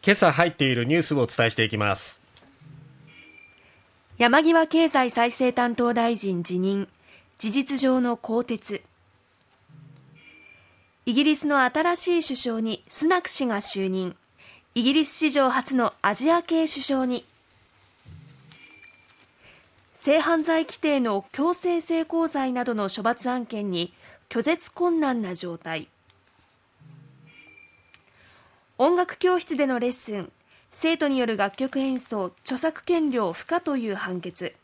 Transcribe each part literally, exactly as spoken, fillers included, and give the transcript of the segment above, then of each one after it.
今朝入っているニュースをお伝えしていきます。 山際経済再生担当大臣辞任、事実上の更迭。イギリスの新しい首相にスナク氏が就任。イギリス史上初のアジア系首相に。性犯罪規定の強制性交罪などの処罰案件に拒絶困難な状態。音楽教室でのレッスン、生徒による楽曲演奏著作権料不可という判決。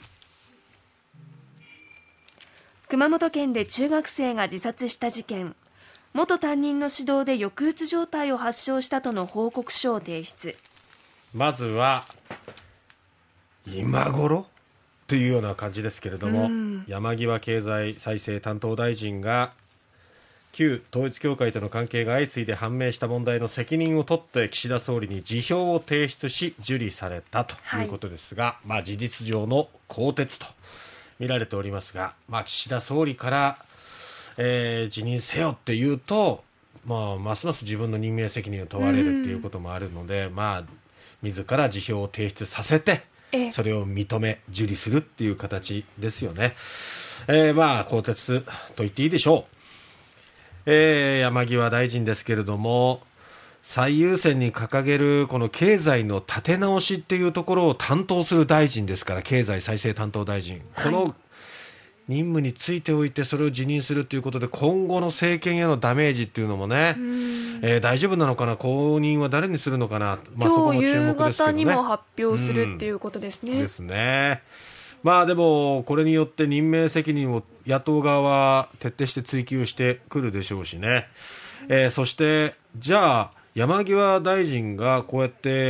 熊本県で中学生が自殺した事件、元担任の指導で抑うつ状態を発症したとの報告書を提出。 まずは今頃というような感じですけれども、山際経済再生担当大臣が旧統一教会との関係が相次いで判明した問題の責任を取って岸田総理に辞表を提出し受理されたということですが、はい、まあ、事実上の更迭と見られておりますが、まあ、岸田総理から、えー、辞任せよっていうと、まあ、ますます自分の任命責任を問われるっていうこともあるので、まあ、自ら辞表を提出させてそれを認め受理するっていう形ですよね。えー、まあ更迭と言っていいでしょう。えー、山際大臣ですけれども、最優先に掲げるこの経済の立て直しっていうところを担当する大臣ですから、経済再生担当大臣、この任務についておいてそれを辞任するということで、今後の政権へのダメージっていうのもね、えー、大丈夫なのかな、後任は誰にするのかな、まあ、そこも注目ですけどね。 今日夕方にも発表するっていうことですね。 ですね。まあでもこれによって任命責任を野党側は徹底して追及してくるでしょうしね、えー、そしてじゃあ山際大臣がこうやって、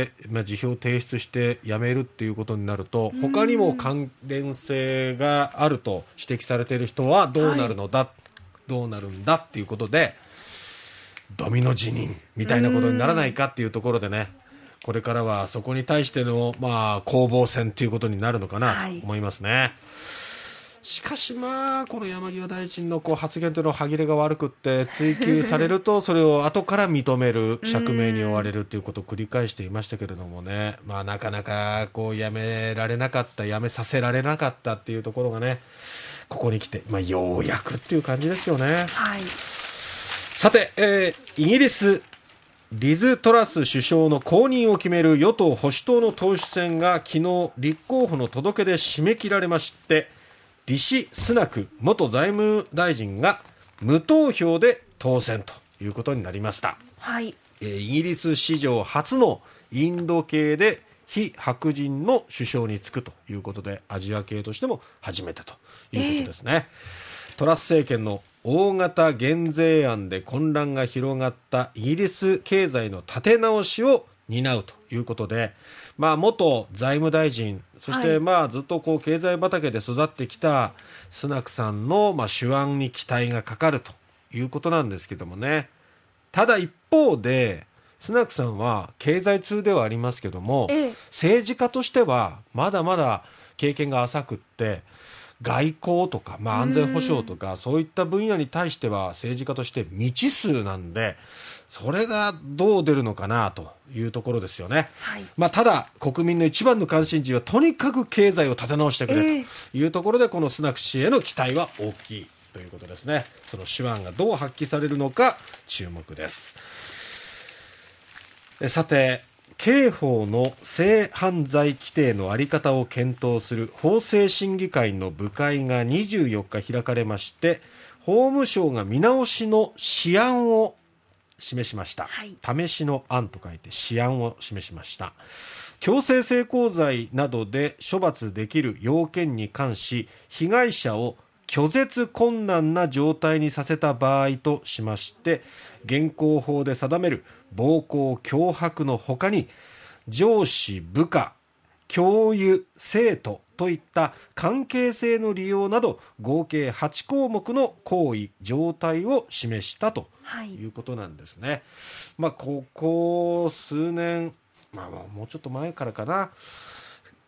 まあ、辞表を提出して辞めるっていうことになると、他にも関連性があると指摘されている人はどうなるのだ、はい、どうなるんだっていうことで、ドミノ辞任みたいなことにならないかっていうところでね、これからはそこに対しての、まあ、攻防戦ということになるのかなと思いますね、はい。しかし、まあ、この山際大臣のこう発言というのは歯切れが悪くって追及されるとそれを後から認める、釈明に追われるということを繰り返していましたけれどもね、まあ、なかなかこうやめられなかった、やめさせられなかったっていうところがね、ここに来て、まあ、ようやくっていう感じですよね、はい。さて、えー、イギリスリズ・トラス首相の後任を決める与党保守党の党首選が昨日立候補の届け出締め切られまして、リシ・スナク元財務大臣が無投票で当選ということになりました、はい。えー、イギリス史上初のインド系で非白人の首相に就くということで、アジア系としても初めてということですね、えー、トラス政権の大型減税案で混乱が広がったイギリス経済の立て直しを担うということで、まあ、元財務大臣、そしてまあずっとこう経済畑で育ってきたスナクさんのまあ手腕に期待がかかるということなんですけどもね。ただ一方でスナクさんは経済通ではありますけども、ええ、政治家としてはまだまだ経験が浅くって、外交とか、まあ、安全保障とかそういった分野に対しては政治家として未知数なんで、それがどう出るのかなというところですよね、はい。まあ、ただ国民の一番の関心事はとにかく経済を立て直してくれというところで、えー、このスナク氏への期待は大きいということですね。その手腕がどう発揮されるのか注目です。えさて、刑法の性犯罪規定の在り方を検討する法制審議会の部会がにじゅうよっか開かれまして、法務省が見直しの試案を示しました、はい。試しの案と書いて試案を示しました。強制性交罪などで処罰できる要件に関し、被害者を拒絶困難な状態にさせた場合としまして、現行法で定める暴行脅迫の他に、上司部下教諭生徒といった関係性の利用など合計はちこうもくの行為状態を示したということなんですね、はい。まあ、ここ数年、まあ、もうちょっと前からかな、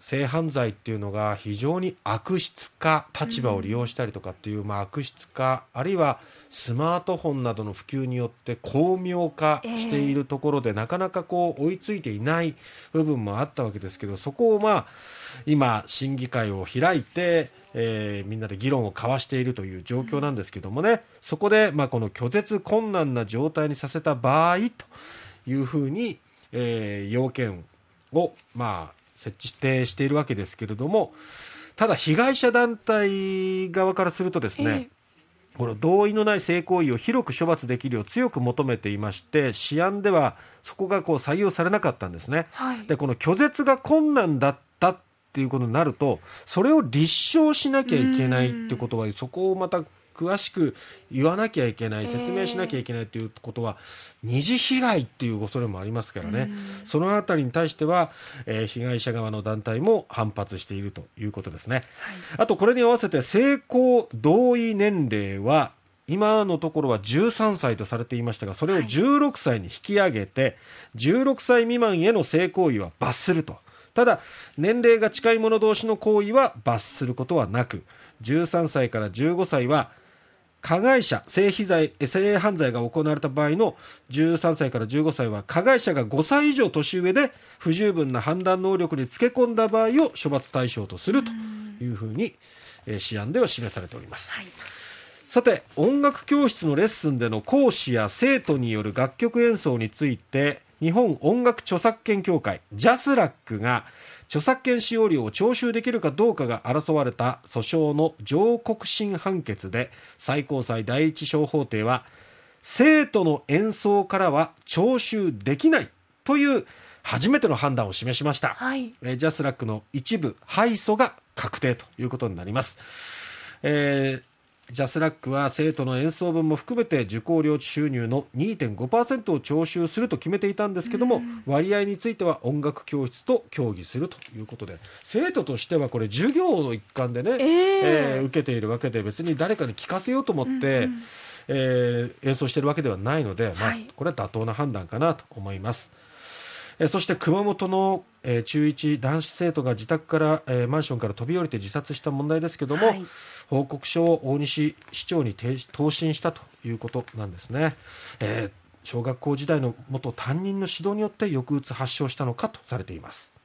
性犯罪っていうのが非常に悪質化、立場を利用したりとかっていう、まあ、悪質化、あるいはスマートフォンなどの普及によって巧妙化しているところで、えー、なかなかこう追いついていない部分もあったわけですけど、そこをまあ今審議会を開いて、えー、みんなで議論を交わしているという状況なんですけどもね、うん、そこでまあこの拒絶困難な状態にさせた場合というふうに、えー、要件をまあ設置してしているわけですけれども、ただ被害者団体側からするとですね、えー、この同意のない性行為を広く処罰できるよう強く求めていまして、試案ではそこがこう採用されなかったんですね、はい、でこの拒絶が困難だったっていうことになると、それを立証しなきゃいけないってことは、そこをまた詳しく言わなきゃいけない、説明しなきゃいけないということは、えー、二次被害っていう恐れもありますからね、そのあたりに対しては、えー、被害者側の団体も反発しているということですね、はい、あとこれに合わせて性交同意年齢は今のところはじゅうさんさいとされていましたが、それをじゅうろくさいに引き上げて、じゅうろくさい未満への性行為は罰すると。ただ年齢が近い者同士の行為は罰することはなく、じゅうさんさいからじゅうごさいは加害者、性被害、性犯罪が行われた場合のじゅうさんさいからじゅうごさいは加害者がごさい以上年上で不十分な判断能力につけ込んだ場合を処罰対象とするというふうに試案では示されております、はい、さて音楽教室のレッスンでの講師や生徒による楽曲演奏について、日本音楽著作権協会ジャスラックが著作権使用料を徴収できるかどうかが争われた訴訟の上告審判決で、最高裁第一小法廷は生徒の演奏からは徴収できないという初めての判断を示しました、はい、ジャスラックの一部敗訴が確定ということになります、えージャスラックは生徒の演奏分も含めて受講料収入の にてんごパーセント を徴収すると決めていたんですけども、割合については音楽教室と協議するということで、生徒としてはこれ授業の一環でね、えーえー、受けているわけで、別に誰かに聞かせようと思って、うんうんえー、演奏しているわけではないので、まあ、これは妥当な判断かなと思います。えー、そして熊本の、えー、中いち男子生徒が自宅から、えー、マンションから飛び降りて自殺した問題ですけども、はい、報告書を大西市長に答申したということなんですね、えー、小学校時代の元担任の指導によって抑うつ発症したのかとされています。